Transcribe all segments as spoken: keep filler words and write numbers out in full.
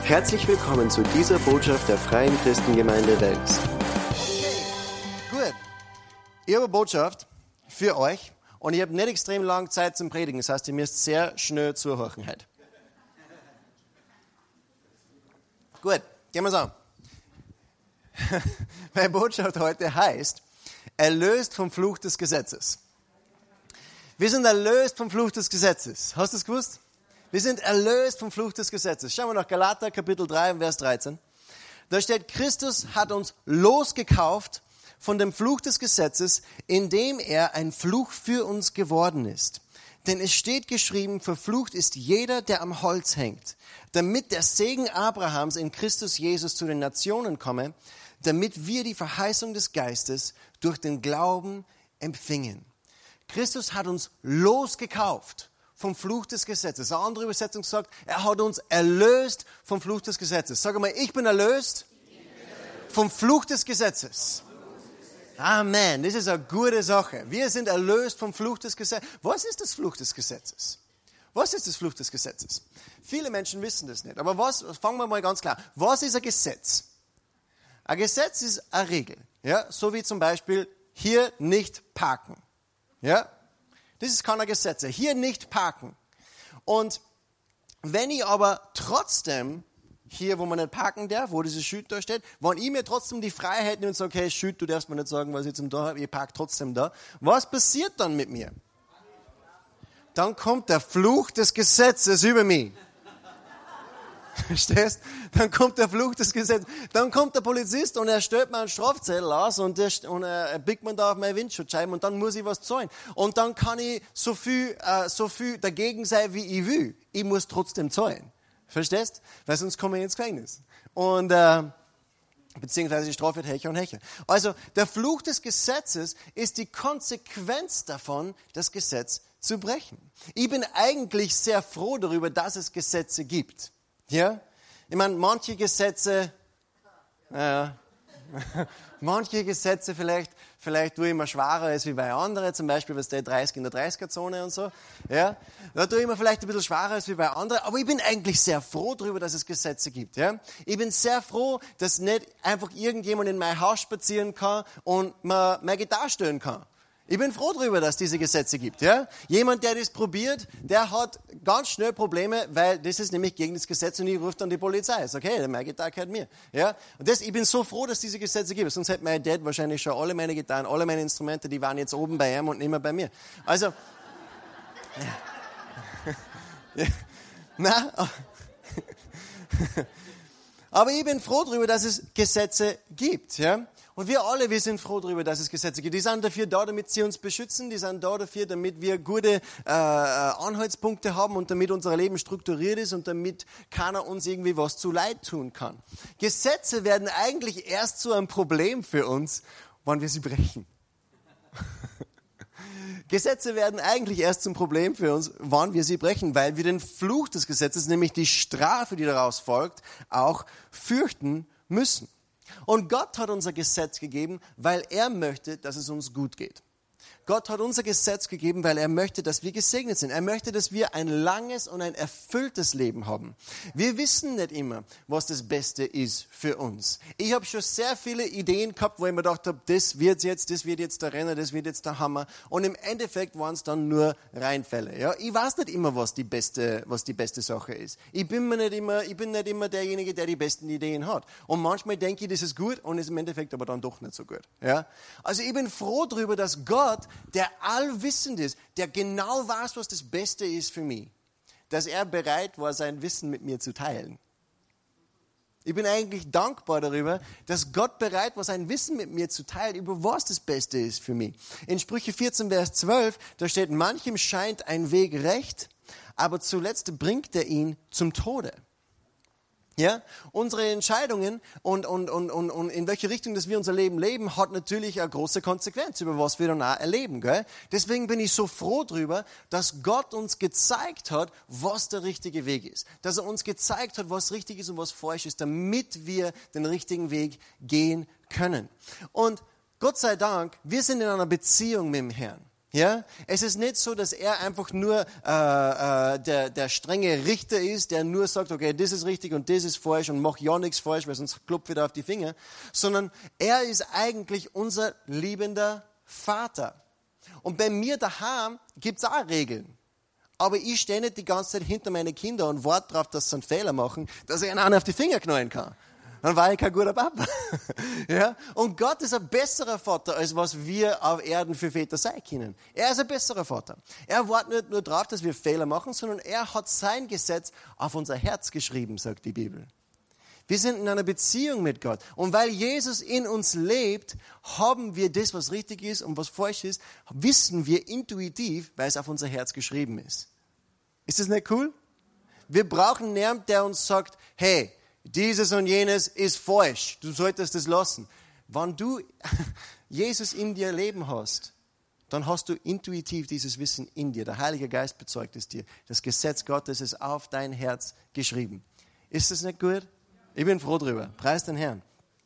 Herzlich willkommen zu dieser Botschaft der Freien Christengemeinde Wels. Okay, gut. Ich habe eine Botschaft für euch und ich habe nicht extrem lange Zeit zum Predigen. Das heißt, ihr müsst sehr schnell zuhören heute. Gut, gehen wir es an. Meine Botschaft heute heißt, erlöst vom Fluch des Gesetzes. Wir sind erlöst vom Fluch des Gesetzes. Hast du das gewusst? Wir sind erlöst vom Fluch des Gesetzes. Schauen wir nach Galater, Kapitel drei, Vers dreizehn. Da steht, Christus hat uns losgekauft von dem Fluch des Gesetzes, indem er ein Fluch für uns geworden ist. Denn es steht geschrieben, verflucht ist jeder, der am Holz hängt, damit der Segen Abrahams in Christus Jesus zu den Nationen komme, damit wir die Verheißung des Geistes durch den Glauben empfingen. Christus hat uns losgekauft vom Fluch des Gesetzes. Eine andere Übersetzung sagt, er hat uns erlöst vom Fluch des Gesetzes. Sag mal, ich bin erlöst vom Fluch des Gesetzes. Amen. Das ist eine gute Sache. Wir sind erlöst vom Fluch des Gesetzes. Was ist das Fluch des Gesetzes? Was ist das Fluch des Gesetzes? Viele Menschen wissen das nicht. Aber was, fangen wir mal ganz klar. Was ist ein Gesetz? Ein Gesetz ist eine Regel. Ja? So wie zum Beispiel, hier nicht parken. Ja? Das ist kein Gesetz. Hier nicht parken. Und wenn ich aber trotzdem, hier wo man nicht parken darf, wo dieses Schild da steht, wenn ich mir trotzdem die Freiheit nehme und sage, okay, Schild, du darfst mir nicht sagen, was ich zum da habe, ich parke trotzdem da. Was passiert dann mit mir? Dann kommt der Fluch des Gesetzes über mich. Verstehst? Dann kommt der Fluch des Gesetzes. Dann kommt der Polizist und er stellt mir einen Strafzettel aus und, der, und er biegt mir da auf meine Windschutzscheiben und dann muss ich was zahlen. Und dann kann ich so viel, äh, so viel dagegen sein, wie ich will. Ich muss trotzdem zahlen. Verstehst? Weil sonst komme ich ins Gefängnis. Und, äh, beziehungsweise die Strafe wird Hecher und Hecher. Also, der Fluch des Gesetzes ist die Konsequenz davon, das Gesetz zu brechen. Ich bin eigentlich sehr froh darüber, dass es Gesetze gibt. Ja? Ich meine, manche Gesetze, naja, manche Gesetze vielleicht, vielleicht tue ich mir schwerer als wie bei anderen, zum Beispiel was der dreißig in der dreißiger-Zone und so. Ja? Da tue ich mir vielleicht ein bisschen schwerer als wie bei anderen, aber ich bin eigentlich sehr froh darüber, dass es Gesetze gibt. Ja? Ich bin sehr froh, dass nicht einfach irgendjemand in mein Haus spazieren kann und mir meine Gitarre stellen kann. Ich bin froh darüber, dass es diese Gesetze gibt. Ja? Jemand, der das probiert, der hat ganz schnell Probleme, weil das ist nämlich gegen das Gesetz und ich rufe dann die Polizei. Ich sage, okay, meine Gitarre gehört mir. Ja? Und das, ich bin so froh, dass es diese Gesetze gibt. Sonst hätte mein Dad wahrscheinlich schon alle meine Gitarren, alle meine Instrumente, die waren jetzt oben bei ihm und nicht mehr bei mir. Also, ja. Ja. Na, aber ich bin froh darüber, dass es Gesetze gibt. Ja? Und wir alle, wir sind froh darüber, dass es Gesetze gibt. Die sind dafür da, damit sie uns beschützen. Die sind da dafür, damit wir gute äh, Anhaltspunkte haben und damit unser Leben strukturiert ist und damit keiner uns irgendwie was zu leid tun kann. Gesetze werden eigentlich erst zu einem Problem für uns, wenn wir sie brechen. Gesetze werden eigentlich erst zum Problem für uns, wann wir sie brechen, weil wir den Fluch des Gesetzes, nämlich die Strafe, die daraus folgt, auch fürchten müssen. Und Gott hat unser Gesetz gegeben, weil er möchte, dass es uns gut geht. Gott hat unser Gesetz gegeben, weil er möchte, dass wir gesegnet sind. Er möchte, dass wir ein langes und ein erfülltes Leben haben. Wir wissen nicht immer, was das Beste ist für uns. Ich habe schon sehr viele Ideen gehabt, wo ich mir gedacht habe, das wird jetzt, das wird jetzt der Renner, das wird jetzt der Hammer. Und im Endeffekt waren es dann nur Reinfälle. Ja? Ich weiß nicht immer, was die beste, was die beste Sache ist. Ich bin mir nicht immer, ich bin nicht immer derjenige, der die besten Ideen hat. Und manchmal denke ich, das ist gut und ist im Endeffekt aber dann doch nicht so gut. Ja? Also ich bin froh darüber, dass Gott, der allwissend ist, der genau weiß, was das Beste ist für mich, dass er bereit war, sein Wissen mit mir zu teilen. Ich bin eigentlich dankbar darüber, dass Gott bereit war, sein Wissen mit mir zu teilen, über was das Beste ist für mich. In Sprüche vierzehn, Vers zwölf, da steht, manchem scheint ein Weg recht, aber zuletzt bringt er ihn zum Tode. Ja, unsere Entscheidungen und, und, und, und, und in welche Richtung dass wir unser Leben leben, hat natürlich eine große Konsequenz, über was wir dann auch erleben. Gell? Deswegen bin ich so froh darüber, dass Gott uns gezeigt hat, was der richtige Weg ist. Dass er uns gezeigt hat, was richtig ist und was falsch ist, damit wir den richtigen Weg gehen können. Und Gott sei Dank, wir sind in einer Beziehung mit dem Herrn. Ja, es ist nicht so, dass er einfach nur äh, äh, der, der strenge Richter ist, der nur sagt, okay, das ist richtig und das ist falsch und mach ja nichts falsch, weil sonst klopft wieder auf die Finger, sondern er ist eigentlich unser liebender Vater. Und bei mir daheim gibt's auch Regeln. Aber ich stehe nicht die ganze Zeit hinter meine Kinder und warte darauf, dass sie einen Fehler machen, dass ich einen auf die Finger knallen kann. Dann war ich kein guter Papa. Ja? Und Gott ist ein besserer Vater, als was wir auf Erden für Väter sein können. Er ist ein besserer Vater. Er wartet nicht nur darauf, dass wir Fehler machen, sondern er hat sein Gesetz auf unser Herz geschrieben, sagt die Bibel. Wir sind in einer Beziehung mit Gott. Und weil Jesus in uns lebt, haben wir das, was richtig ist und was falsch ist, wissen wir intuitiv, weil es auf unser Herz geschrieben ist. Ist das nicht cool? Wir brauchen niemanden, der uns sagt, hey, dieses und jenes ist falsch, du solltest es lassen. Wenn du Jesus in dir leben hast, dann hast du intuitiv dieses Wissen in dir. Der Heilige Geist bezeugt es dir. Das Gesetz Gottes ist auf dein Herz geschrieben. Ist das nicht gut? Ich bin froh drüber. Preis den Herrn.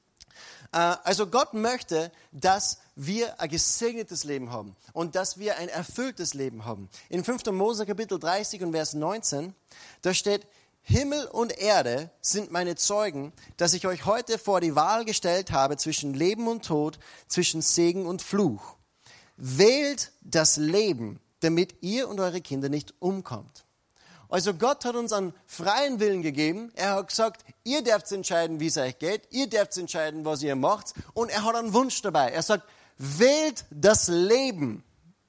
Also Gott möchte, dass wir ein gesegnetes Leben haben und dass wir ein erfülltes Leben haben. In fünfter Mose Kapitel dreißig und Vers neunzehn, da steht, Himmel und Erde sind meine Zeugen, dass ich euch heute vor die Wahl gestellt habe zwischen Leben und Tod, zwischen Segen und Fluch. Wählt das Leben, damit ihr und eure Kinder nicht umkommt. Also Gott hat uns einen freien Willen gegeben. Er hat gesagt, ihr dürft entscheiden, wie es euch geht. Ihr dürft entscheiden, was ihr macht. Und er hat einen Wunsch dabei. Er sagt, wählt das Leben.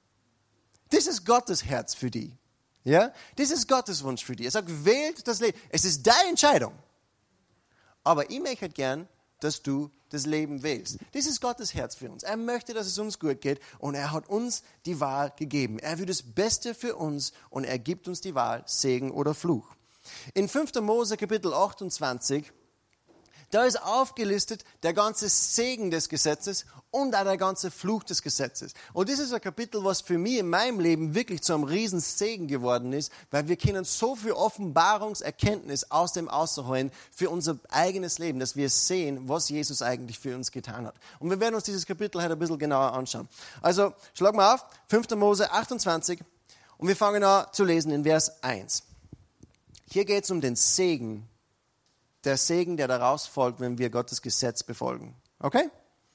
Das ist Gottes Herz für die. Ja? Das ist Gottes Wunsch für dich. Er sagt, wählt das Leben. Es ist deine Entscheidung. Aber ich möchte gern, dass du das Leben wählst. Das ist Gottes Herz für uns. Er möchte, dass es uns gut geht und er hat uns die Wahl gegeben. Er will das Beste für uns und er gibt uns die Wahl, Segen oder Fluch. In fünfter Mose Kapitel achtundzwanzig, da ist aufgelistet der ganze Segen des Gesetzes und auch der ganze Fluch des Gesetzes. Und das ist ein Kapitel, was für mich in meinem Leben wirklich zu einem riesen Segen geworden ist, weil wir können so viel Offenbarungserkenntnis aus dem Außerholen für unser eigenes Leben, dass wir sehen, was Jesus eigentlich für uns getan hat. Und wir werden uns dieses Kapitel heute ein bisschen genauer anschauen. Also, schlag mal auf, fünfter Mose achtundzwanzig und wir fangen an zu lesen in Vers eins. Hier geht es um den Segen, der Segen, der daraus folgt, wenn wir Gottes Gesetz befolgen. Okay?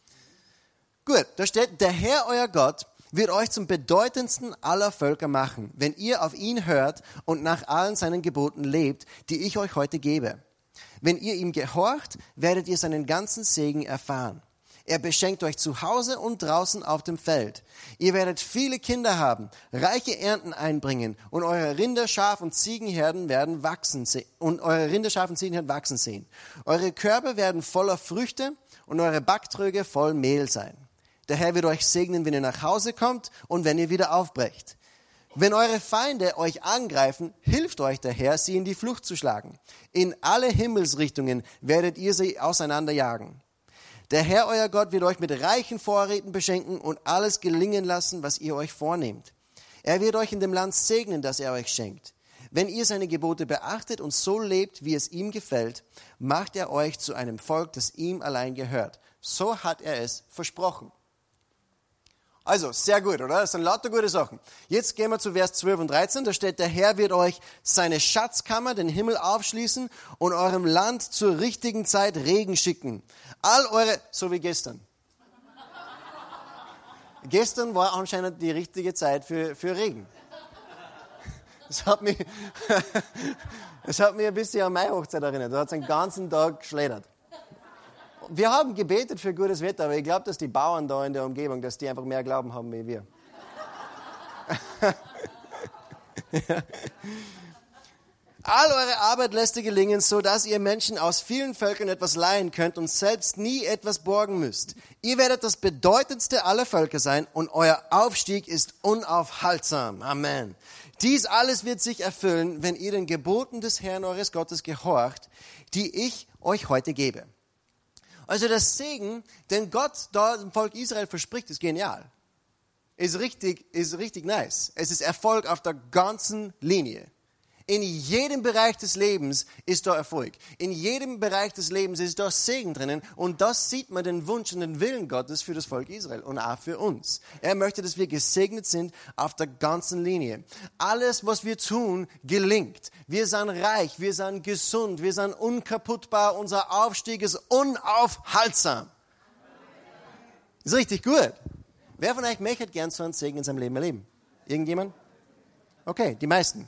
Gut, da steht, der Herr, euer Gott, wird euch zum bedeutendsten aller Völker machen, wenn ihr auf ihn hört und nach allen seinen Geboten lebt, die ich euch heute gebe. Wenn ihr ihm gehorcht, werdet ihr seinen ganzen Segen erfahren. Er beschenkt euch zu Hause und draußen auf dem Feld. Ihr werdet viele Kinder haben, reiche Ernten einbringen und eure Rinder, Schaf und Ziegenherden werden wachsen se- und eure Rinder, Schaf und Ziegenherden wachsen sehen. Eure Körbe werden voller Früchte und eure Backtröge voll Mehl sein. Der Herr wird euch segnen, wenn ihr nach Hause kommt und wenn ihr wieder aufbrecht. Wenn eure Feinde euch angreifen, hilft euch der Herr, sie in die Flucht zu schlagen. In alle Himmelsrichtungen werdet ihr sie auseinanderjagen. Der Herr, euer Gott, wird euch mit reichen Vorräten beschenken und alles gelingen lassen, was ihr euch vornehmt. Er wird euch in dem Land segnen, das er euch schenkt. Wenn ihr seine Gebote beachtet und so lebt, wie es ihm gefällt, macht er euch zu einem Volk, das ihm allein gehört. So hat er es versprochen. Also, sehr gut, oder? Das sind lauter gute Sachen. Jetzt gehen wir zu Vers zwölf und dreizehn. Da steht, der Herr wird euch seine Schatzkammer, den Himmel aufschließen und eurem Land zur richtigen Zeit Regen schicken. All eure, so wie gestern. Gestern war anscheinend die richtige Zeit für, für Regen. Das hat mich, das hat mich ein bisschen an meine Hochzeit erinnert. Da hat es den ganzen Tag geschleudert. Wir haben gebetet für gutes Wetter, aber ich glaube, dass die Bauern da in der Umgebung, dass die einfach mehr Glauben haben wie wir. Ja. All eure Arbeit lässt ihr gelingen, so dass ihr Menschen aus vielen Völkern etwas leihen könnt und selbst nie etwas borgen müsst. Ihr werdet das bedeutendste aller Völker sein und euer Aufstieg ist unaufhaltsam. Amen. Dies alles wird sich erfüllen, wenn ihr den Geboten des Herrn eures Gottes gehorcht, die ich euch heute gebe. Also das Segen, den Gott da dem Volk Israel verspricht, ist genial. Ist richtig, ist richtig nice. Es ist Erfolg auf der ganzen Linie. In jedem Bereich des Lebens ist da Erfolg. In jedem Bereich des Lebens ist da Segen drinnen. Und das sieht man den Wunsch und den Willen Gottes für das Volk Israel und auch für uns. Er möchte, dass wir gesegnet sind auf der ganzen Linie. Alles, was wir tun, gelingt. Wir sind reich, wir sind gesund, wir sind unkaputtbar. Unser Aufstieg ist unaufhaltsam. Ist richtig gut. Wer von euch möchte gern so einen Segen in seinem Leben erleben? Irgendjemand? Okay, die meisten.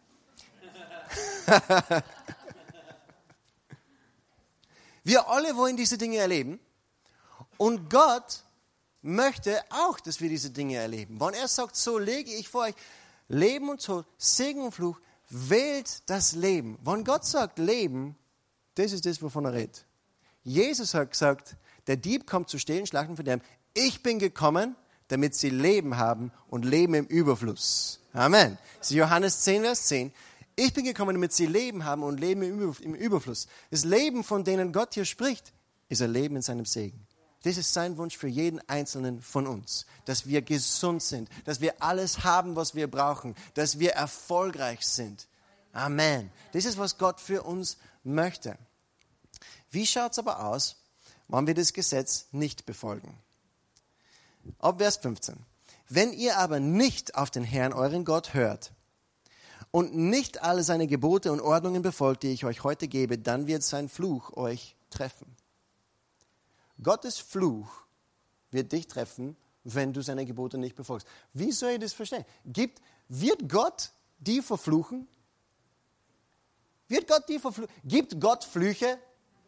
Wir alle wollen diese Dinge erleben und Gott möchte auch, dass wir diese Dinge erleben. Wenn er sagt, so lege ich vor euch Leben und Tod, Segen und Fluch, wählt das Leben. Wenn Gott sagt Leben, das ist das, wovon er redet. Jesus hat gesagt, der Dieb kommt zu stehlen, schlachten, verderben. Ich bin gekommen, damit sie Leben haben und Leben im Überfluss. Amen. Das ist Johannes zehn, Vers zehn. Ich bin gekommen, damit sie Leben haben und Leben im Überfluss. Das Leben, von denen Gott hier spricht, ist ein Leben in seinem Segen. Das ist sein Wunsch für jeden Einzelnen von uns. Dass wir gesund sind, dass wir alles haben, was wir brauchen, dass wir erfolgreich sind. Amen. Das ist, was Gott für uns möchte. Wie schaut es aber aus, wenn wir das Gesetz nicht befolgen? Ab Vers fünfzehn. Wenn ihr aber nicht auf den Herrn, euren Gott, hört, und nicht alle seine Gebote und Ordnungen befolgt, die ich euch heute gebe, dann wird sein Fluch euch treffen. Gottes Fluch wird dich treffen, wenn du seine Gebote nicht befolgst. Wie soll ich das verstehen? Gibt, wird Gott die verfluchen? Wird Gott die verfluchen? Gibt Gott Flüche?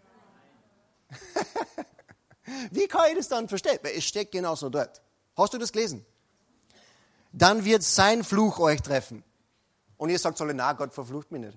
Wie kann ich das dann verstehen? Weil es steckt genauso dort. Hast du das gelesen? Dann wird sein Fluch euch treffen. Und ihr sagt, soll na, Gott verflucht mich nicht.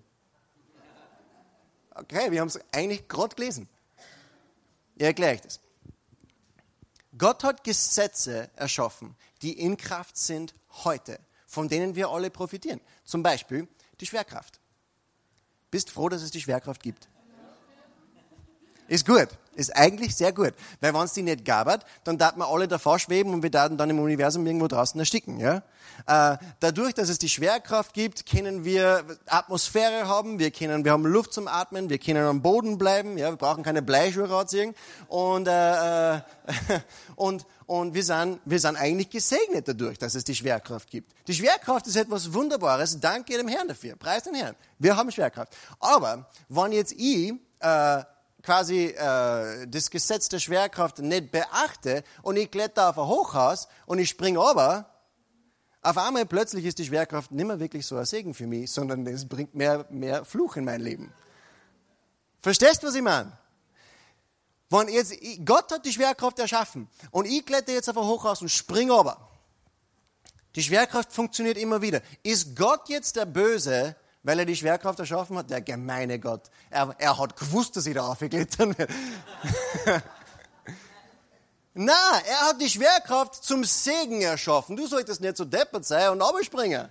Okay, wir haben es eigentlich gerade gelesen. Ich erkläre euch das. Gott hat Gesetze erschaffen, die in Kraft sind heute, von denen wir alle profitieren. Zum Beispiel die Schwerkraft. Bist froh, dass es die Schwerkraft gibt? Ist gut. Ist eigentlich sehr gut. Weil wenn es die nicht gab, dann darf man alle davor schweben und wir darf dann im Universum irgendwo draußen ersticken. Ja? Äh, dadurch, dass es die Schwerkraft gibt, können wir Atmosphäre haben, wir, können, wir haben Luft zum Atmen, wir können am Boden bleiben, ja? Wir brauchen keine Bleischuhe rausziehen und, äh, und, und wir, sind, wir sind eigentlich gesegnet dadurch, dass es die Schwerkraft gibt. Die Schwerkraft ist etwas Wunderbares, danke dem Herrn dafür, preis den Herrn. Wir haben Schwerkraft. Aber wenn jetzt ich äh, quasi äh, das Gesetz der Schwerkraft nicht beachte und ich kletter auf ein Hochhaus und ich springe runter, auf einmal plötzlich ist die Schwerkraft nicht mehr wirklich so ein Segen für mich, sondern es bringt mehr, mehr Fluch in mein Leben. Verstehst du, was ich meine? Wenn jetzt, Gott hat die Schwerkraft erschaffen und ich kletter jetzt auf ein Hochhaus und springe runter. Die Schwerkraft funktioniert immer wieder. Ist Gott jetzt der Böse, weil er die Schwerkraft erschaffen hat? Der gemeine Gott. Er, er hat gewusst, dass ich da aufgeklettert werde. Na, er hat die Schwerkraft zum Segen erschaffen. Du solltest nicht so deppert sein und runterspringen.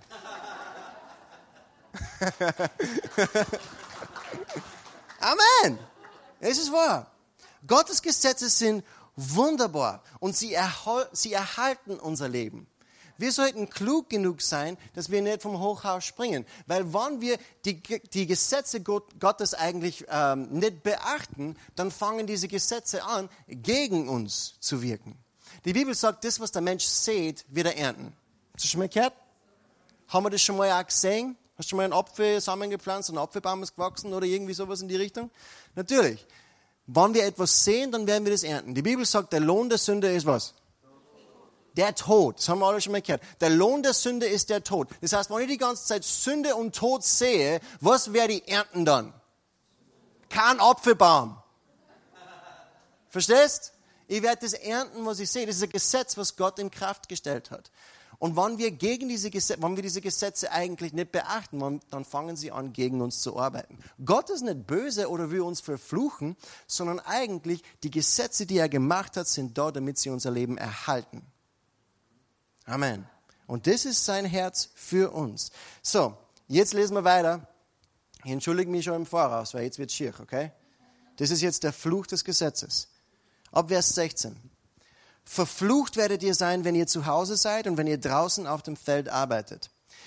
Amen. Es ist wahr. Gottes Gesetze sind wunderbar und sie, erhol- sie erhalten unser Leben. Wir sollten klug genug sein, dass wir nicht vom Hochhaus springen. Weil wenn wir die, die Gesetze Gottes eigentlich ähm, nicht beachten, dann fangen diese Gesetze an, gegen uns zu wirken. Die Bibel sagt, das, was der Mensch sät, wird er ernten. Hast du schon mal gehört? Haben wir das schon mal auch gesehen? Hast du schon mal einen Apfel zusammengepflanzt, ein Apfelbaum ist gewachsen oder irgendwie sowas in die Richtung? Natürlich. Wenn wir etwas sehen, dann werden wir das ernten. Die Bibel sagt, der Lohn der Sünde ist was? Der Tod, das haben wir alle schon mal gehört. Der Lohn der Sünde ist der Tod. Das heißt, wenn ich die ganze Zeit Sünde und Tod sehe, was werde ich ernten dann? Kein Apfelbaum. Verstehst? Ich werde das ernten, was ich sehe. Das ist ein Gesetz, was Gott in Kraft gestellt hat. Und wenn wir, gegen diese Gesetze, wenn wir diese Gesetze eigentlich nicht beachten, dann fangen sie an, gegen uns zu arbeiten. Gott ist nicht böse oder will uns verfluchen, sondern eigentlich die Gesetze, die er gemacht hat, sind da, damit sie unser Leben erhalten. Amen. Und das ist sein Herz für uns. So, jetzt lesen wir weiter. Ich entschuldige mich schon im Voraus, weil jetzt wird es schier, okay? Das ist jetzt der Fluch des Gesetzes. Ab Vers sechzehn. Verflucht werdet ihr sein, wenn ihr zu Hause seid und wenn ihr draußen auf dem Feld arbeitet.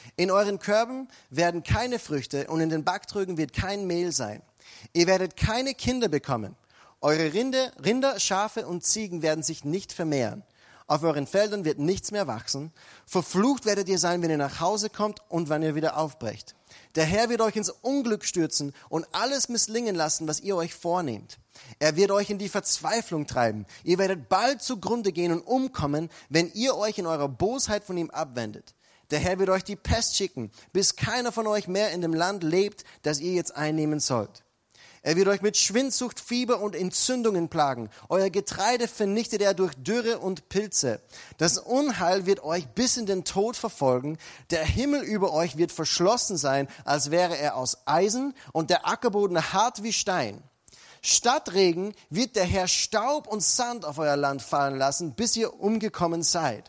In euren Körben werden keine Früchte und in den Backtrögen wird kein Mehl sein. Ihr werdet keine Kinder bekommen. Eure Rinde, Rinder, Schafe und Ziegen werden sich nicht vermehren. Auf euren Feldern wird nichts mehr wachsen. Verflucht werdet ihr sein, wenn ihr nach Hause kommt und wenn ihr wieder aufbrecht. Der Herr wird euch ins Unglück stürzen und alles misslingen lassen, was ihr euch vornehmt. Er wird euch in die Verzweiflung treiben. Ihr werdet bald zugrunde gehen und umkommen, wenn ihr euch in eurer Bosheit von ihm abwendet. Der Herr wird euch die Pest schicken, bis keiner von euch mehr in dem Land lebt, das ihr jetzt einnehmen sollt. Er wird euch mit Schwindsucht, Fieber und Entzündungen plagen. Euer Getreide vernichtet er durch Dürre und Pilze. Das Unheil wird euch bis in den Tod verfolgen. Der Himmel über euch wird verschlossen sein, als wäre er aus Eisen und der Ackerboden hart wie Stein. Statt Regen wird der Herr Staub und Sand auf euer Land fallen lassen, bis ihr umgekommen seid.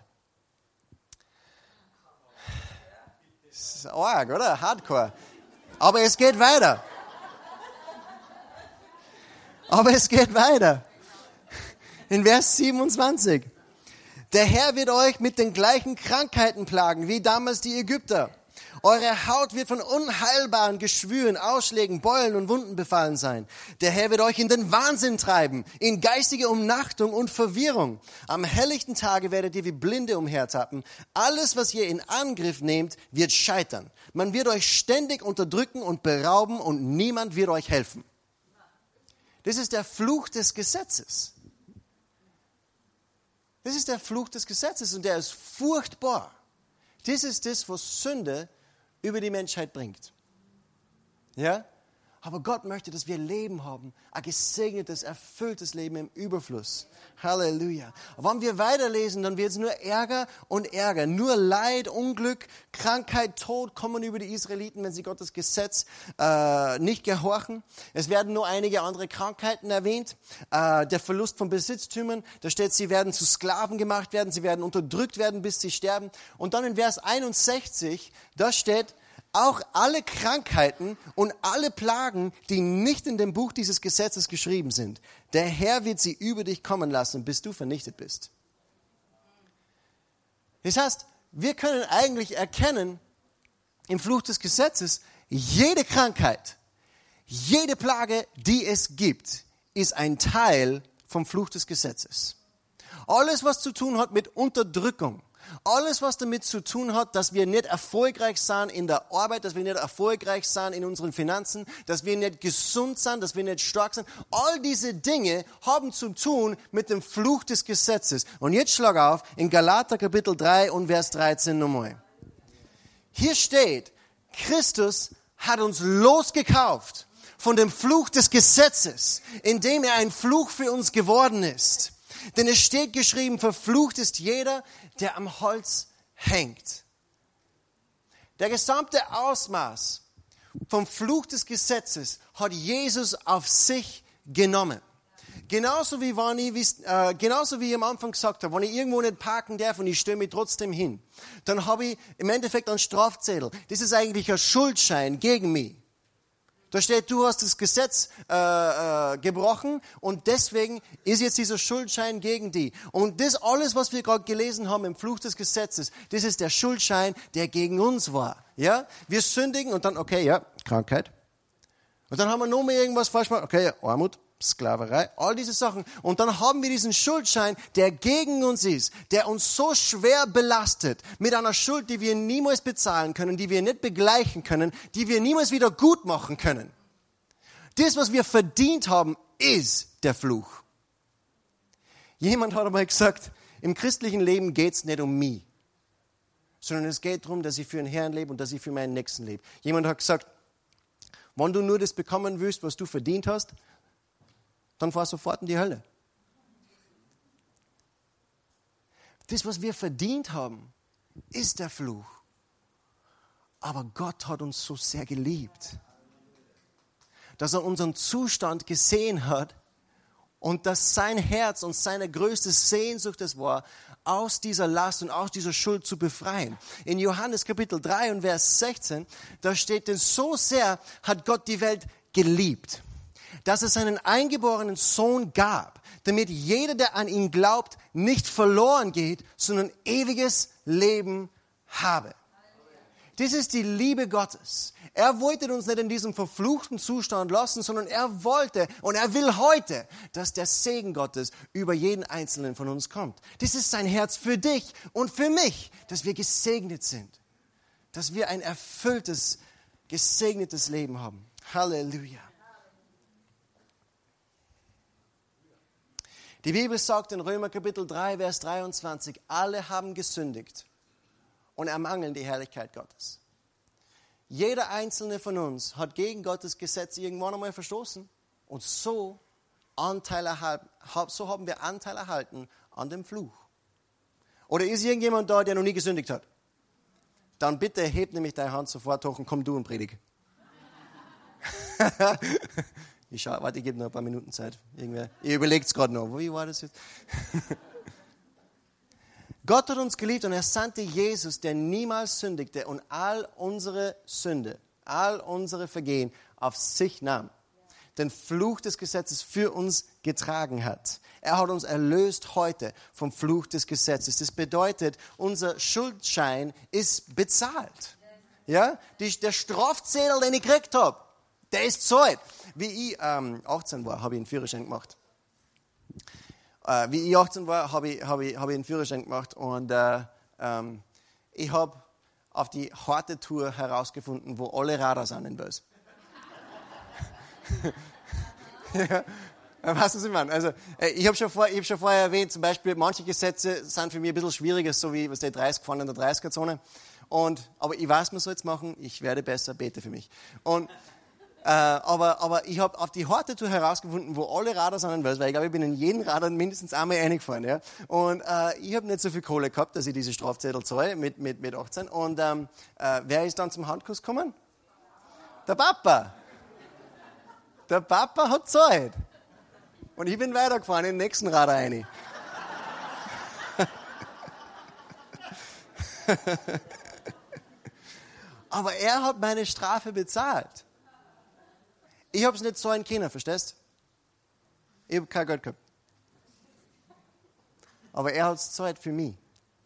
Das ist arg, oder? Hardcore. Aber es geht weiter. Aber es geht weiter. In Vers siebenundzwanzig. Der Herr wird euch mit den gleichen Krankheiten plagen, wie damals die Ägypter. Eure Haut wird von unheilbaren Geschwüren, Ausschlägen, Beulen und Wunden befallen sein. Der Herr wird euch in den Wahnsinn treiben, in geistige Umnachtung und Verwirrung. Am helllichten Tage werdet ihr wie Blinde umhertappen. Alles, was ihr in Angriff nehmt, wird scheitern. Man wird euch ständig unterdrücken und berauben und niemand wird euch helfen. Das ist der Fluch des Gesetzes. Das ist der Fluch des Gesetzes und der ist furchtbar. Das ist das, was Sünde über die Menschheit bringt. Ja? Aber Gott möchte, dass wir Leben haben, ein gesegnetes, erfülltes Leben im Überfluss. Halleluja. Wenn wir weiterlesen, dann wird es nur Ärger und Ärger. Nur Leid, Unglück, Krankheit, Tod kommen über die Israeliten, wenn sie Gottes Gesetz äh, nicht gehorchen. Es werden nur einige andere Krankheiten erwähnt. Äh, der Verlust von Besitztümern, da steht, sie werden zu Sklaven gemacht werden, sie werden unterdrückt werden, bis sie sterben. Und dann in Vers einundsechzig, da steht, auch alle Krankheiten und alle Plagen, die nicht in dem Buch dieses Gesetzes geschrieben sind. Der Herr wird sie über dich kommen lassen, bis du vernichtet bist. Das heißt, wir können eigentlich erkennen, im Fluch des Gesetzes, jede Krankheit, jede Plage, die es gibt, ist ein Teil vom Fluch des Gesetzes. Alles, was zu tun hat mit Unterdrückung, alles, was damit zu tun hat, dass wir nicht erfolgreich sind in der Arbeit, dass wir nicht erfolgreich sind in unseren Finanzen, dass wir nicht gesund sind, dass wir nicht stark sind. All diese Dinge haben zu tun mit dem Fluch des Gesetzes. Und jetzt schlag auf in Galater Kapitel drei und Vers dreizehn nochmal. Hier steht, Christus hat uns losgekauft von dem Fluch des Gesetzes, indem er ein Fluch für uns geworden ist. Denn es steht geschrieben, verflucht ist jeder, der am Holz hängt. Der gesamte Ausmaß vom Fluch des Gesetzes hat Jesus auf sich genommen. Genauso wie, wenn ich, äh, genauso wie ich am Anfang gesagt habe, wenn ich irgendwo nicht parken darf und ich stelle mich trotzdem hin, dann habe ich im Endeffekt einen Strafzettel. Das ist eigentlich ein Schuldschein gegen mich. Da steht, du hast das Gesetz äh, äh, gebrochen und deswegen ist jetzt dieser Schuldschein gegen die. Und das alles, was wir gerade gelesen haben im Fluch des Gesetzes, das ist der Schuldschein, der gegen uns war. Ja, wir sündigen und dann, okay, ja, Krankheit. Und dann haben wir noch mehr irgendwas falsch gemacht. Okay, ja, Armut, Sklaverei, all diese Sachen. Und dann haben wir diesen Schuldschein, der gegen uns ist, der uns so schwer belastet, mit einer Schuld, die wir niemals bezahlen können, die wir nicht begleichen können, die wir niemals wieder gut machen können. Das, was wir verdient haben, ist der Fluch. Jemand hat einmal gesagt, im christlichen Leben geht es nicht um mich, sondern es geht darum, dass ich für den Herrn lebe und dass ich für meinen Nächsten lebe. Jemand hat gesagt, wenn du nur das bekommen willst, was du verdient hast, dann fahr sofort in die Hölle. Das, was wir verdient haben, ist der Fluch. Aber Gott hat uns so sehr geliebt, dass er unseren Zustand gesehen hat und dass sein Herz und seine größte Sehnsucht es war, aus dieser Last und aus dieser Schuld zu befreien. In Johannes Kapitel drei und Vers sechzehn, da steht, denn so sehr hat Gott die Welt geliebt, dass es einen eingeborenen Sohn gab, damit jeder, der an ihn glaubt, nicht verloren geht, sondern ewiges Leben habe. Das ist die Liebe Gottes. Er wollte uns nicht in diesem verfluchten Zustand lassen, sondern er wollte und er will heute, dass der Segen Gottes über jeden Einzelnen von uns kommt. Das ist sein Herz für dich und für mich, dass wir gesegnet sind. Dass wir ein erfülltes, gesegnetes Leben haben. Halleluja. Die Bibel sagt in Römer Kapitel drei, Vers dreiundzwanzig, alle haben gesündigt und ermangeln die Herrlichkeit Gottes. Jeder einzelne von uns hat gegen Gottes Gesetz irgendwann einmal verstoßen und so, Anteil erhalten, so haben wir Anteil erhalten an dem Fluch. Oder ist irgendjemand da, der noch nie gesündigt hat? Dann bitte heb nämlich deine Hand sofort hoch und komm du und predige. Ich schau, warte, ich gebe noch ein paar Minuten Zeit. Irgendwer, ihr überlegt es gerade noch. Wie war das jetzt? Gott hat uns geliebt und er sandte Jesus, der niemals sündigte und all unsere Sünde, all unsere Vergehen auf sich nahm. Den Fluch des Gesetzes für uns getragen hat. Er hat uns erlöst heute vom Fluch des Gesetzes. Das bedeutet, unser Schuldschein ist bezahlt. Ja? Die, der Strafzettel, den ich gekriegt habe, der ist zahlt. Wie ich ähm, achtzehn war, habe ich einen Führerschein gemacht. Äh, wie ich achtzehn war, habe ich, hab ich, hab ich einen Führerschein gemacht und äh, ähm, ich habe auf die harte Tour herausgefunden, wo alle Radar sind in Bös. Ja, weißt du, was ich meine? Also, ich habe schon, vor, hab schon vorher erwähnt, zum Beispiel, manche Gesetze sind für mich ein bisschen schwieriger, so wie was die dreißig fahren in der dreißiger-Zone. Und, aber ich weiß, man soll es machen, ich werde besser, bete für mich. Und, äh, aber, aber ich habe auf die harte Tour herausgefunden, wo alle Radar sind in Wels, weil ich glaube, ich bin in jeden Radar mindestens einmal reingefahren. Ja? Und äh, ich habe nicht so viel Kohle gehabt, dass ich diese Strafzettel zahle mit, mit, mit achtzehn. Und ähm, äh, wer ist dann zum Handkuss gekommen? Der Papa. Der Papa hat Zeit. Und ich bin weitergefahren in den nächsten Radar rein. Aber er hat meine Strafe bezahlt. Ich habe es nicht zahlen können, verstehst du? Ich habe kein Geld gehabt. Aber er hat es gezahlt für mich.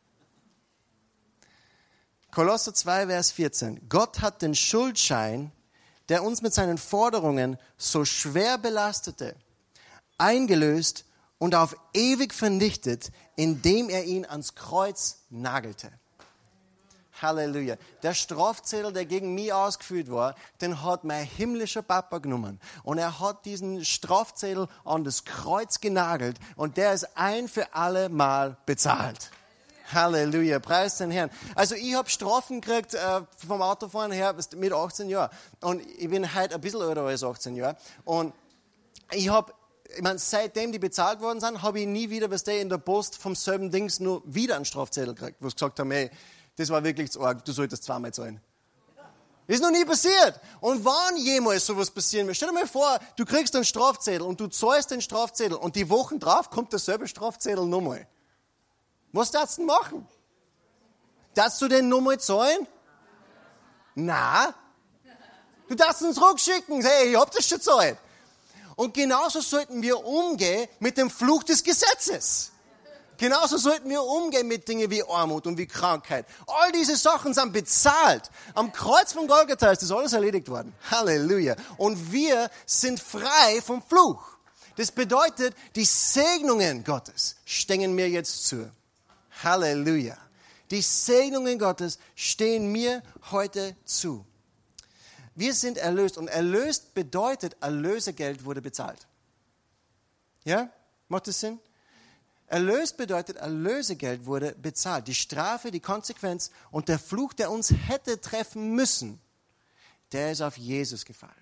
Kolosser zwei, Vers vierzehn. Gott hat den Schuldschein, der uns mit seinen Forderungen so schwer belastete, eingelöst und auf ewig vernichtet, indem er ihn ans Kreuz nagelte. Halleluja. Der Strafzettel, der gegen mich ausgeführt war, den hat mein himmlischer Papa genommen. Und er hat diesen Strafzettel an das Kreuz genagelt und der ist ein für alle Mal bezahlt. Halleluja, preis den Herrn. Also ich habe Strafen gekriegt äh, vom Autofahren her mit achtzehn Jahren. Und ich bin heute ein bisschen älter als achtzehn Jahre. Und ich habe, ich meine, seitdem die bezahlt worden sind, habe ich nie wieder, was der in der Post vom selben Dings nur wieder einen Strafzettel gekriegt, wo sie gesagt haben, hey, das war wirklich zu arg, du solltest zweimal zahlen. Ist noch nie passiert. Und wann jemals sowas passieren wird, stell dir mal vor, du kriegst einen Strafzettel und du zahlst den Strafzettel und die Wochen drauf kommt derselbe Strafzettel nochmal. Was darfst du denn machen? Darfst du den nochmal zahlen? Na, du darfst ihn zurückschicken. Hey, ich hab das schon gezahlt. Und genauso sollten wir umgehen mit dem Fluch des Gesetzes. Genauso sollten wir umgehen mit Dingen wie Armut und wie Krankheit. All diese Sachen sind bezahlt. Am Kreuz von Golgatha ist das alles erledigt worden. Halleluja. Und wir sind frei vom Fluch. Das bedeutet, die Segnungen Gottes stehen mir jetzt zu. Halleluja. Die Segnungen Gottes stehen mir heute zu. Wir sind erlöst und erlöst bedeutet, Erlösegeld wurde bezahlt. Ja? Macht das Sinn? Erlöst bedeutet, Erlösegeld wurde bezahlt. Die Strafe, die Konsequenz und der Fluch, der uns hätte treffen müssen, der ist auf Jesus gefallen.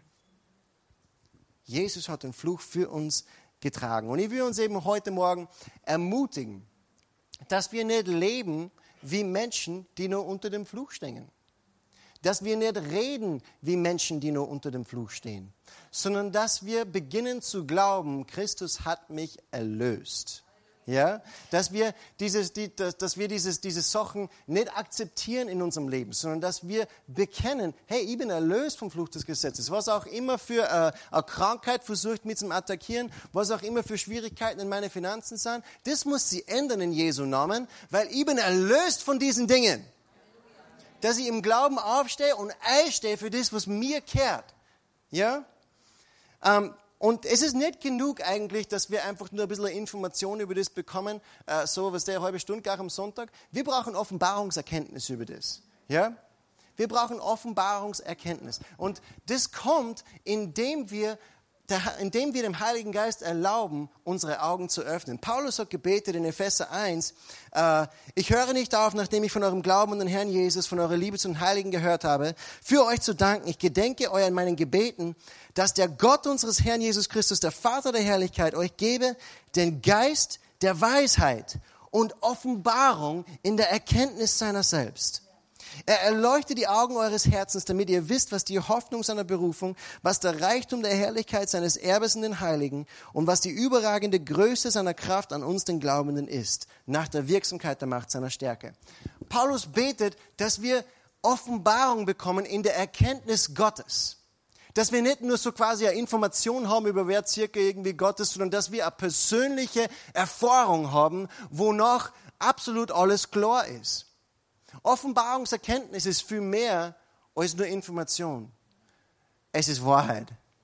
Jesus hat den Fluch für uns getragen. Und ich will uns eben heute Morgen ermutigen, dass wir nicht leben wie Menschen, die nur unter dem Fluch stehen. Dass wir nicht reden wie Menschen, die nur unter dem Fluch stehen. Sondern dass wir beginnen zu glauben, Christus hat mich erlöst. Ja? Dass wir, dieses, die, dass, dass wir dieses, diese Sachen nicht akzeptieren in unserem Leben, sondern dass wir bekennen, hey, ich bin erlöst vom Fluch des Gesetzes. Was auch immer für äh, eine Krankheit versucht, mich zu attackieren, was auch immer für Schwierigkeiten in meine Finanzen sind, das muss sie ändern in Jesu Namen, weil ich bin erlöst von diesen Dingen. dass ich im Glauben aufstehe und einstehe für das, was mir kehrt. Ja? Ähm, und es ist nicht genug eigentlich, dass wir einfach nur ein bisschen Information über das bekommen, äh, so was der eine halbe Stunde gleich am Sonntag. Wir brauchen Offenbarungserkenntnis über das. Ja? Wir brauchen Offenbarungserkenntnis. Und das kommt, indem wir indem wir dem Heiligen Geist erlauben, unsere Augen zu öffnen. Paulus hat gebetet in Epheser eins, äh, ich höre nicht auf, nachdem ich von eurem Glauben an den Herrn Jesus, von eurer Liebe zum Heiligen gehört habe, für euch zu danken. Ich gedenke euch in meinen Gebeten, dass der Gott unseres Herrn Jesus Christus, der Vater der Herrlichkeit, euch gebe den Geist der Weisheit und Offenbarung in der Erkenntnis seiner selbst. Er erleuchtet die Augen eures Herzens, damit ihr wisst, was die Hoffnung seiner Berufung, was der Reichtum der Herrlichkeit seines Erbes in den Heiligen und was die überragende Größe seiner Kraft an uns, den Glaubenden, ist, nach der Wirksamkeit der Macht seiner Stärke. Paulus betet, dass wir Offenbarung bekommen in der Erkenntnis Gottes. Dass wir nicht nur so quasi eine Information haben über wer circa irgendwie Gott ist, sondern dass wir eine persönliche Erfahrung haben, wonach absolut alles klar ist. Offenbarungserkenntnis ist viel mehr als nur Information. Es ist Wahrheit.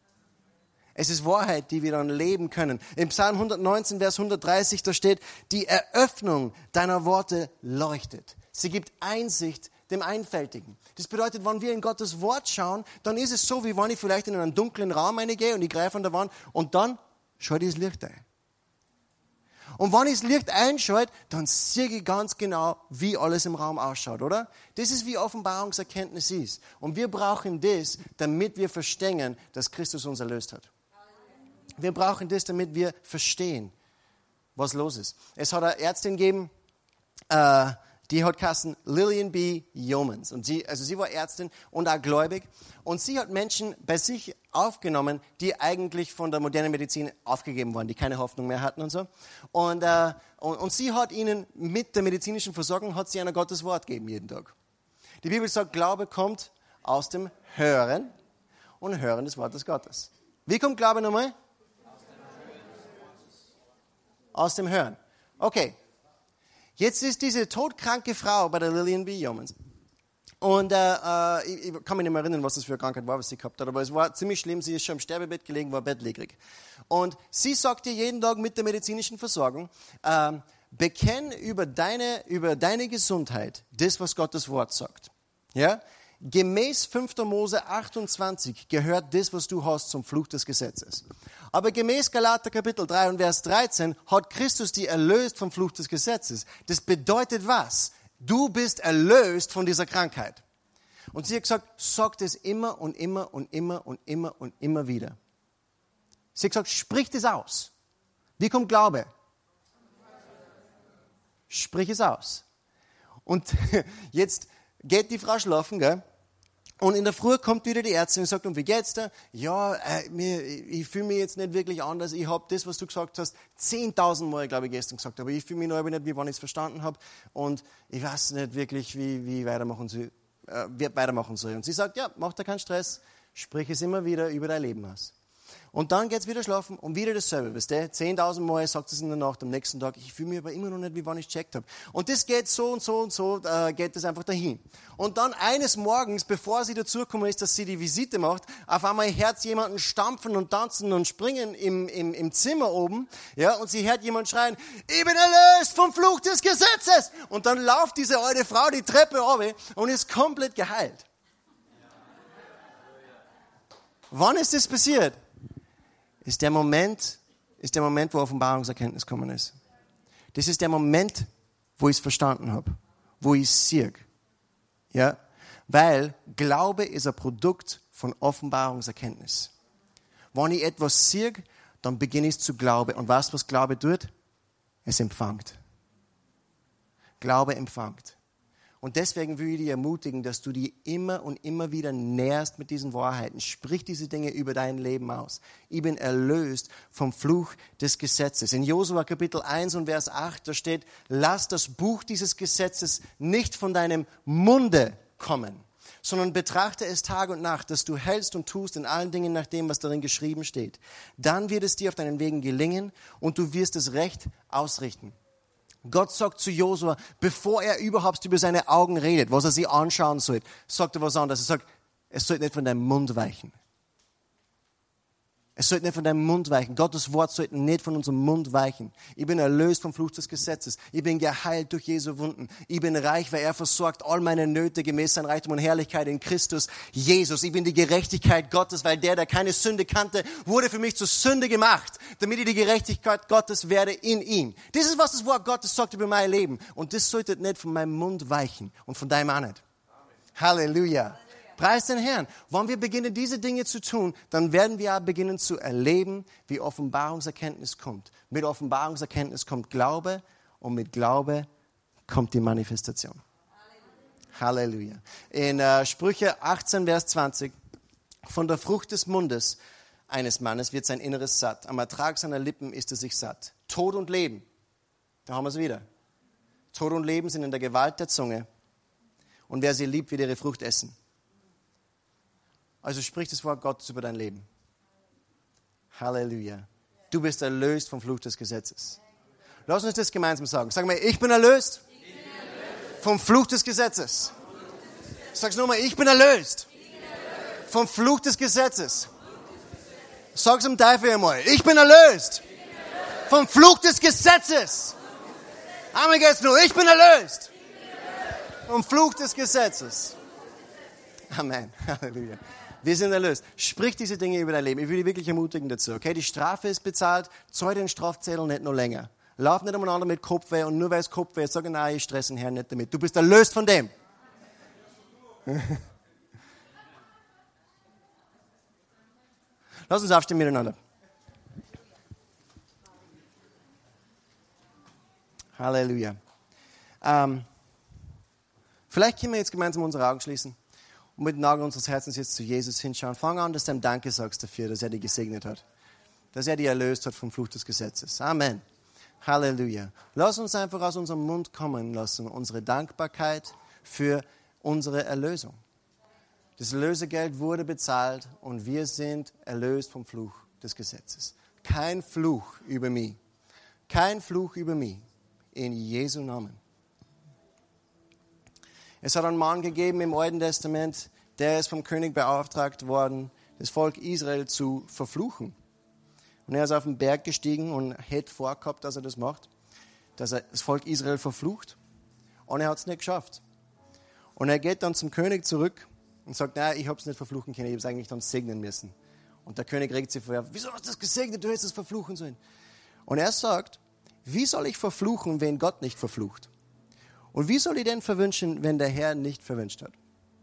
Es ist Wahrheit, die wir dann leben können. Im Psalm hundertneunzehn, Vers hundertdreißig, da steht, die Eröffnung deiner Worte leuchtet. Sie gibt Einsicht dem Einfältigen. Das bedeutet, wenn wir in Gottes Wort schauen, dann ist es so, wie wenn ich vielleicht in einen dunklen Raum reingehe und ich greife an der Wand und dann schalte ich das Licht ein. Und wenn ich das Licht einschalte, dann sehe ich ganz genau, wie alles im Raum ausschaut, oder? Das ist, wie Offenbarungserkenntnis ist. Und wir brauchen das, damit wir verstehen, dass Christus uns erlöst hat. Wir brauchen das, damit wir verstehen, was los ist. Es hat eine Ärztin gegeben, äh, die hat geheißen Lillian B. Yeomans. Und sie, also sie war Ärztin und auch gläubig. Und sie hat Menschen bei sich aufgenommen, die eigentlich von der modernen Medizin aufgegeben waren, die keine Hoffnung mehr hatten und so. Und, äh, und, und sie hat ihnen mit der medizinischen Versorgung, hat sie ihnen Gottes Wort gegeben jeden Tag. Die Bibel sagt, Glaube kommt aus dem Hören und Hören des Wortes Gottes. Wie kommt Glaube nochmal? Aus dem Hören. Okay. Jetzt ist diese todkranke Frau bei der Lillian B. Yeomans. Und äh, ich, ich kann mich nicht mehr erinnern, was das für eine Krankheit war, was sie gehabt hat. Aber es war ziemlich schlimm. Sie ist schon im Sterbebett gelegen, war bettlägerig. Und sie sagt dir jeden Tag mit der medizinischen Versorgung, äh, bekenn über deine, über deine Gesundheit das, was Gottes Wort sagt. Ja? Gemäß fünfter Mose achtundzwanzig gehört das, was du hast, zum Fluch des Gesetzes. Aber gemäß Galater Kapitel drei und Vers dreizehn hat Christus dich erlöst vom Fluch des Gesetzes. Das bedeutet was? Du bist erlöst von dieser Krankheit. Und sie hat gesagt, sag das immer und immer und immer und immer und immer wieder. Sie hat gesagt, sprich das aus. Wie kommt Glaube? Sprich es aus. Und jetzt geht die Frau schlafen, gell? Und in der Früh kommt wieder die Ärztin und sagt, und wie geht's dir? Ja, äh, mir, ich fühle mich jetzt nicht wirklich anders. Ich habe das, was du gesagt hast, zehntausend Mal, glaube ich, gestern gesagt. Aber ich fühle mich noch nicht, wie wann ich es verstanden habe. Und ich weiß nicht wirklich, wie, wie weitermachen soll, äh, wie weitermachen soll. Und sie sagt, ja, mach dir keinen Stress. Sprich es immer wieder über dein Leben aus. Und dann geht's wieder schlafen und wieder dasselbe. Weißt du? zehntausend Mal sagt es in der Nacht, am nächsten Tag, ich fühle mich aber immer noch nicht, wie wann ich gecheckt habe. Und das geht so und so und so, äh, geht das einfach dahin. Und dann eines Morgens, bevor sie dazugekommen ist, dass sie die Visite macht, auf einmal hört sie jemanden stampfen und tanzen und springen im, im, im Zimmer oben, ja, und sie hört jemanden schreien, ich bin erlöst vom Fluch des Gesetzes. Und dann läuft diese alte Frau die Treppe runter und ist komplett geheilt. Wann ist das passiert? Ist der Moment, ist der Moment, wo Offenbarungserkenntnis gekommen ist. Das ist der Moment, wo ich es verstanden habe, wo ich es sehe. Ja? Weil Glaube ist ein Produkt von Offenbarungserkenntnis. Wenn ich etwas sehe, dann beginne ich zu glauben. Und weißt du, was Glaube tut? Es empfängt. Glaube empfängt. Und deswegen will ich dich ermutigen, dass du die immer und immer wieder nährst mit diesen Wahrheiten. Sprich diese Dinge über dein Leben aus. Ich bin erlöst vom Fluch des Gesetzes. In Josua Kapitel eins und Vers acht, da steht, lass das Buch dieses Gesetzes nicht von deinem Munde kommen, sondern betrachte es Tag und Nacht, dass du hältst und tust in allen Dingen nach dem, was darin geschrieben steht. Dann wird es dir auf deinen Wegen gelingen und du wirst es recht ausrichten. Gott sagt zu Josua, bevor er überhaupt über seine Augen redet, was er sich anschauen soll, sagt er was anderes. Er sagt, es soll nicht von deinem Mund weichen. Es sollte nicht von deinem Mund weichen. Gottes Wort sollte nicht von unserem Mund weichen. Ich bin erlöst vom Fluch des Gesetzes. Ich bin geheilt durch Jesu Wunden. Ich bin reich, weil er versorgt all meine Nöte gemäß sein Reichtum und Herrlichkeit in Christus Jesus. Ich bin die Gerechtigkeit Gottes, weil der, der keine Sünde kannte, wurde für mich zur Sünde gemacht, damit ich die Gerechtigkeit Gottes werde in ihm. Das ist, was das Wort Gottes sagt über mein Leben. Und das sollte nicht von meinem Mund weichen und von deinem auch nicht. Halleluja. Preis den Herrn. Wenn wir beginnen, diese Dinge zu tun, dann werden wir auch beginnen zu erleben, wie Offenbarungserkenntnis kommt. Mit Offenbarungserkenntnis kommt Glaube und mit Glaube kommt die Manifestation. Halleluja. In äh, Sprüche achtzehn, Vers zwanzig. Von der Frucht des Mundes eines Mannes wird sein Inneres satt. Am Ertrag seiner Lippen ist er sich satt. Tod und Leben. Da haben wir es wieder. Tod und Leben sind in der Gewalt der Zunge. Und wer sie liebt, wird ihre Frucht essen. Also sprich das Wort Gottes über dein Leben. Halleluja. Du bist erlöst vom Fluch des Gesetzes. Lass uns das gemeinsam sagen. Sag mal, ich bin erlöst, ich bin erlöst. Vom Fluch des Gesetzes. Sag's nochmal, ich bin erlöst, ich bin erlöst. Vom Fluch des Gesetzes. Sag's dem Teufel einmal, ich bin erlöst, ich bin erlöst. Vom Fluch des Gesetzes. Amen geht's nur, ich bin erlöst, ich bin erlöst. Vom Fluch des Gesetzes. Amen. Halleluja. Wir sind erlöst. Sprich diese Dinge über dein Leben. Ich will dich wirklich ermutigen dazu. Okay, die Strafe ist bezahlt. Zahl den Strafzettel nicht noch länger. Lauf nicht umeinander mit Kopfweh und nur weil es Kopfweh ist, sag nein, ich stress den Herrn nicht damit. Du bist erlöst von dem. Lass uns aufstehen miteinander. Halleluja. Ähm, vielleicht können wir jetzt gemeinsam unsere Augen schließen. Und mit den Augen unseres Herzens jetzt zu Jesus hinschauen. Fang an, dass du ihm Danke sagst dafür, dass er dich gesegnet hat. Dass er dich erlöst hat vom Fluch des Gesetzes. Amen. Halleluja. Lass uns einfach aus unserem Mund kommen lassen, unsere Dankbarkeit für unsere Erlösung. Das Lösegeld wurde bezahlt und wir sind erlöst vom Fluch des Gesetzes. Kein Fluch über mich. Kein Fluch über mich. In Jesu Namen. Es hat einen Mann gegeben im Alten Testament, der ist vom König beauftragt worden, das Volk Israel zu verfluchen. Und er ist auf den Berg gestiegen und hätte vorgehabt, dass er das macht, dass er das Volk Israel verflucht. Und er hat es nicht geschafft. Und er geht dann zum König zurück und sagt, nein, ich habe es nicht verfluchen können, ich habe es eigentlich dann segnen müssen. Und der König regt sich vor, wieso hast du das gesegnet, du hättest es verfluchen sollen. Und er sagt, wie soll ich verfluchen, wenn Gott nicht verflucht? Und wie soll ich denn verwünschen, wenn der Herr nicht verwünscht hat?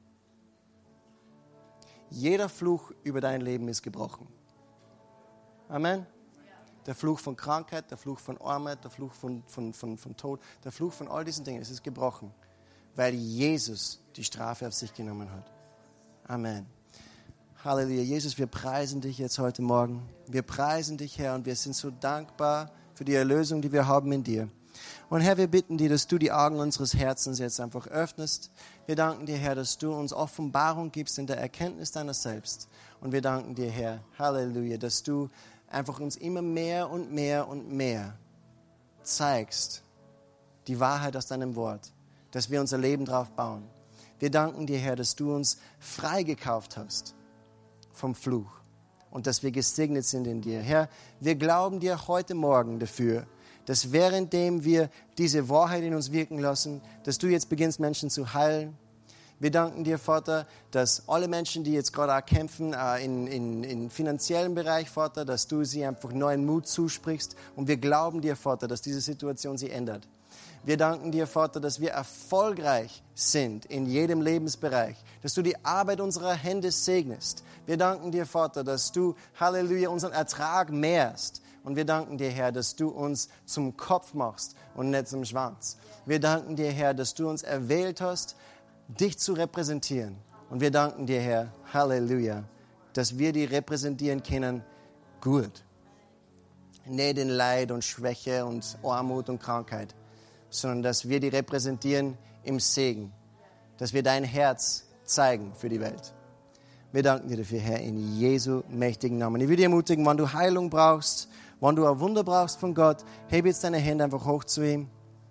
Jeder Fluch über dein Leben ist gebrochen. Amen. Der Fluch von Krankheit, der Fluch von Armut, der Fluch von, von, von, von Tod, der Fluch von all diesen Dingen, es ist gebrochen, weil Jesus die Strafe auf sich genommen hat. Amen. Halleluja. Jesus, wir preisen dich jetzt heute Morgen. Wir preisen dich, Herr, und wir sind so dankbar für die Erlösung, die wir haben in dir. Und Herr, wir bitten dir, dass du die Augen unseres Herzens jetzt einfach öffnest. Wir danken dir, Herr, dass du uns Offenbarung gibst in der Erkenntnis deiner selbst. Und wir danken dir, Herr, Halleluja, dass du einfach uns immer mehr und mehr und mehr zeigst, die Wahrheit aus deinem Wort, dass wir unser Leben drauf bauen. Wir danken dir, Herr, dass du uns freigekauft hast vom Fluch und dass wir gesegnet sind in dir. Herr, wir glauben dir heute Morgen dafür, dass währenddem wir diese Wahrheit in uns wirken lassen, dass du jetzt beginnst, Menschen zu heilen. Wir danken dir, Vater, dass alle Menschen, die jetzt gerade auch kämpfen, äh, in, in, in finanziellen Bereich, Vater, dass du sie einfach neuen Mut zusprichst. Und wir glauben dir, Vater, dass diese Situation sie ändert. Wir danken dir, Vater, dass wir erfolgreich sind in jedem Lebensbereich, dass du die Arbeit unserer Hände segnest. Wir danken dir, Vater, dass du, Halleluja, unseren Ertrag mehrst. Und wir danken dir, Herr, dass du uns zum Kopf machst und nicht zum Schwanz. Wir danken dir, Herr, dass du uns erwählt hast, dich zu repräsentieren. Und wir danken dir, Herr, Halleluja, dass wir die repräsentieren können gut. Nicht in Leid und Schwäche und Armut und Krankheit, sondern dass wir die repräsentieren im Segen. Dass wir dein Herz zeigen für die Welt. Wir danken dir dafür, Herr, in Jesu mächtigen Namen. Ich will dich ermutigen, wenn du Heilung brauchst, wenn du ein Wunder brauchst von Gott, heb jetzt deine Hände einfach hoch zu ihm.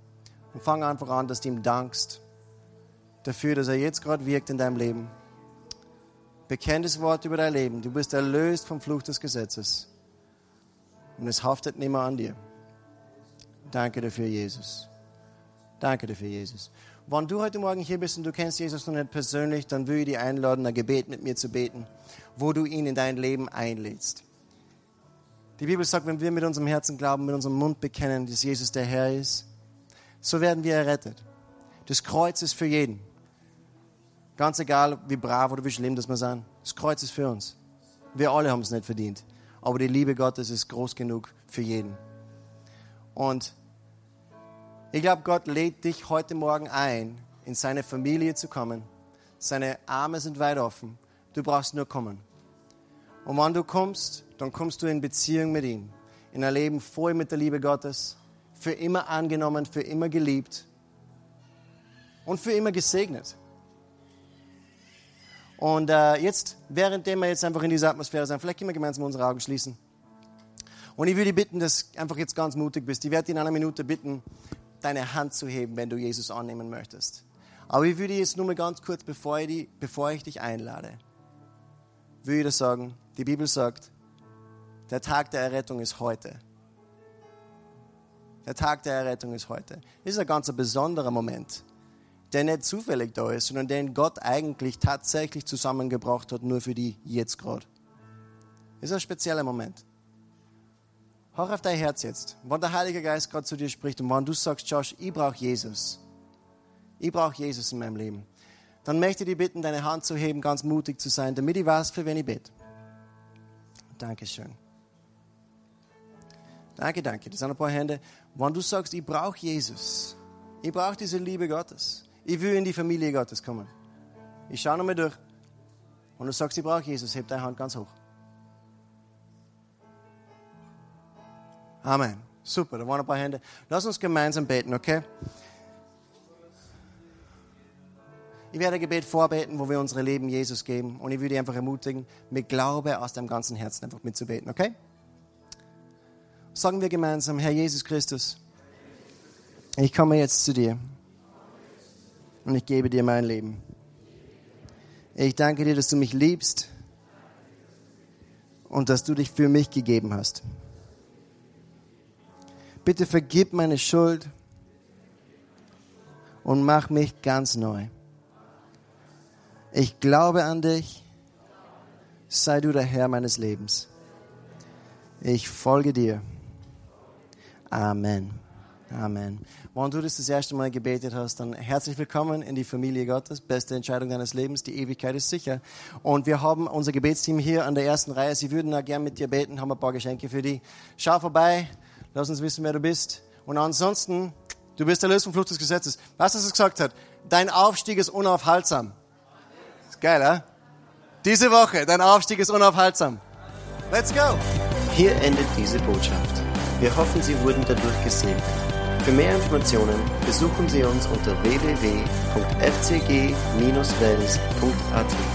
Und fang einfach an, dass du ihm dankst dafür, dass er jetzt gerade wirkt in deinem Leben. Bekenn das Wort über dein Leben. Du bist erlöst vom Fluch des Gesetzes. Und es haftet nicht mehr an dir. Danke dafür, Jesus. Danke dafür, Jesus. Wenn du heute Morgen hier bist und du kennst Jesus noch nicht persönlich, dann will ich dich einladen, ein Gebet mit mir zu beten, wo du ihn in dein Leben einlädst. Die Bibel sagt, wenn wir mit unserem Herzen glauben, mit unserem Mund bekennen, dass Jesus der Herr ist, so werden wir errettet. Das Kreuz ist für jeden. Ganz egal, wie brav oder wie schlimm das wir sind. Das Kreuz ist für uns. Wir alle haben es nicht verdient. Aber die Liebe Gottes ist groß genug für jeden. Und ich glaube, Gott lädt dich heute Morgen ein, in seine Familie zu kommen. Seine Arme sind weit offen. Du brauchst nur kommen. Und wenn du kommst, dann kommst du in Beziehung mit ihm. In ein Leben voll mit der Liebe Gottes. Für immer angenommen, für immer geliebt. Und für immer gesegnet. Und äh, jetzt, währenddem wir jetzt einfach in dieser Atmosphäre sind, vielleicht können wir gemeinsam unsere Augen schließen. Und ich würde dich bitten, dass du einfach jetzt ganz mutig bist. Ich werde dich in einer Minute bitten, deine Hand zu heben, wenn du Jesus annehmen möchtest. Aber ich würde jetzt nur mal ganz kurz, bevor ich, die, bevor ich dich einlade, würde ich dir sagen, die Bibel sagt, der Tag der Errettung ist heute. Der Tag der Errettung ist heute. Das ist ein ganz besonderer Moment, der nicht zufällig da ist, sondern den Gott eigentlich tatsächlich zusammengebracht hat, nur für die jetzt gerade. Das ist ein spezieller Moment. Hör auf dein Herz jetzt. Wenn der Heilige Geist gerade zu dir spricht und wenn du sagst, Josh, ich brauche Jesus. Ich brauche Jesus in meinem Leben. Dann möchte ich dich bitten, deine Hand zu heben, ganz mutig zu sein, damit ich weiß, für wen ich bete. Dankeschön. Danke, danke. Das sind ein paar Hände. Wenn du sagst, ich brauche Jesus. Ich brauche diese Liebe Gottes. Ich will in die Familie Gottes kommen. Ich schaue nochmal durch. Und du sagst, ich brauche Jesus, heb deine Hand ganz hoch. Amen. Super, da waren ein paar Hände. Lass uns gemeinsam beten, okay? Ich werde ein Gebet vorbeten, wo wir unsere Leben Jesus geben. Und ich würde dich einfach ermutigen, mit Glaube aus deinem ganzen Herzen einfach mitzubeten, okay? Sagen wir gemeinsam, Herr Jesus Christus, ich komme jetzt zu dir. Und ich gebe dir mein Leben. Ich danke dir, dass du mich liebst und dass du dich für mich gegeben hast. Bitte vergib meine Schuld und mach mich ganz neu. Ich glaube an dich. Sei du der Herr meines Lebens. Ich folge dir. Amen. Amen. Wenn du das das erste Mal gebetet hast, dann herzlich willkommen in die Familie Gottes. Beste Entscheidung deines Lebens. Die Ewigkeit ist sicher. Und wir haben unser Gebetsteam hier an der ersten Reihe. Sie würden auch gerne mit dir beten, haben ein paar Geschenke für dich. Schau vorbei. Lass uns wissen, wer du bist. Und ansonsten, du bist erlöst vom Fluch des Gesetzes. Weißt du, was es gesagt hat? Dein Aufstieg ist unaufhaltsam. Ist geil, eh? Diese Woche, dein Aufstieg ist unaufhaltsam. Let's go! Hier endet diese Botschaft. Wir hoffen, Sie wurden dadurch gesegnet. Für mehr Informationen besuchen Sie uns unter w w w punkt f c g Bindestrich wels punkt a t.